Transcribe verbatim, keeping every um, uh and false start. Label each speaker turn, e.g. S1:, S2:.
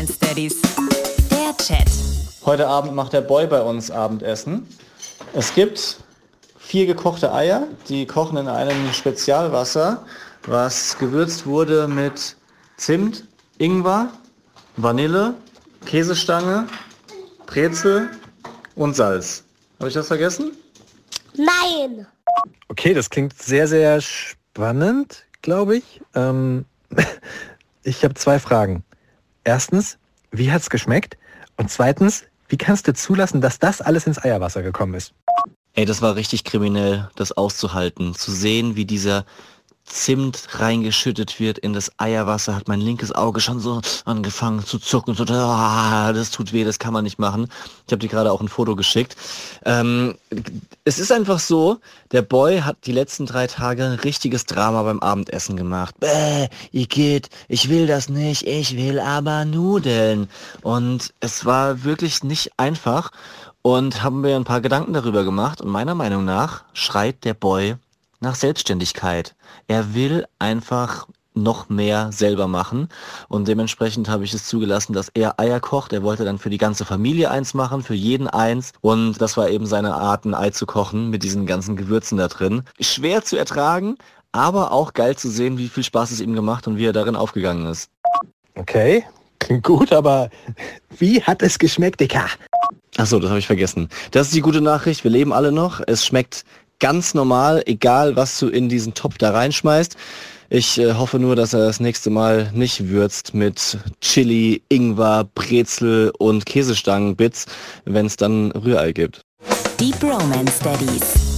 S1: Bromance Daddies, der Chat.
S2: Heute Abend macht der Boy bei uns Abendessen. Es gibt vier gekochte Eier, die kochen in einem Spezialwasser, was gewürzt wurde mit Zimt, Ingwer, Vanille, Käsestange, Brezel und Salz. Habe ich das vergessen?
S3: Nein!
S4: Okay, das klingt sehr, sehr spannend, glaube ich. Ähm, ich habe zwei Fragen. Erstens, wie hat's geschmeckt? Und zweitens, wie kannst du zulassen, dass das alles ins Eierwasser gekommen ist?
S5: Ey, das war richtig kriminell, das auszuhalten. Zu sehen, wie dieser Zimt reingeschüttet wird in das Eierwasser, hat mein linkes Auge schon so angefangen zu zucken. So, ah, das tut weh, das kann man nicht machen. Ich habe dir gerade auch ein Foto geschickt. Ähm, es ist einfach so, der Boy hat die letzten drei Tage ein richtiges Drama beim Abendessen gemacht. Bäh, Igitt, ich will das nicht, ich will aber Nudeln. Und es war wirklich nicht einfach. Und haben wir ein paar Gedanken darüber gemacht. Und meiner Meinung nach schreit der Boy nach Selbstständigkeit. Er will einfach noch mehr selber machen und dementsprechend habe ich es zugelassen, dass er Eier kocht. Er wollte dann für die ganze Familie eins machen, für jeden eins und das war eben seine Art, ein Ei zu kochen mit diesen ganzen Gewürzen da drin. Schwer zu ertragen, aber auch geil zu sehen, wie viel Spaß es ihm gemacht und wie er darin aufgegangen ist.
S4: Okay, klingt gut, aber wie hat es geschmeckt, Dicker?
S5: Achso, das habe ich vergessen. Das ist die gute Nachricht, wir leben alle noch. Es schmeckt ganz normal, egal was du in diesen Topf da reinschmeißt. Ich äh, hoffe nur, dass er das nächste Mal nicht würzt mit Chili, Ingwer, Brezel und Käsestangenbits, wenn es dann Rührei gibt.
S1: Die Bromance Daddies.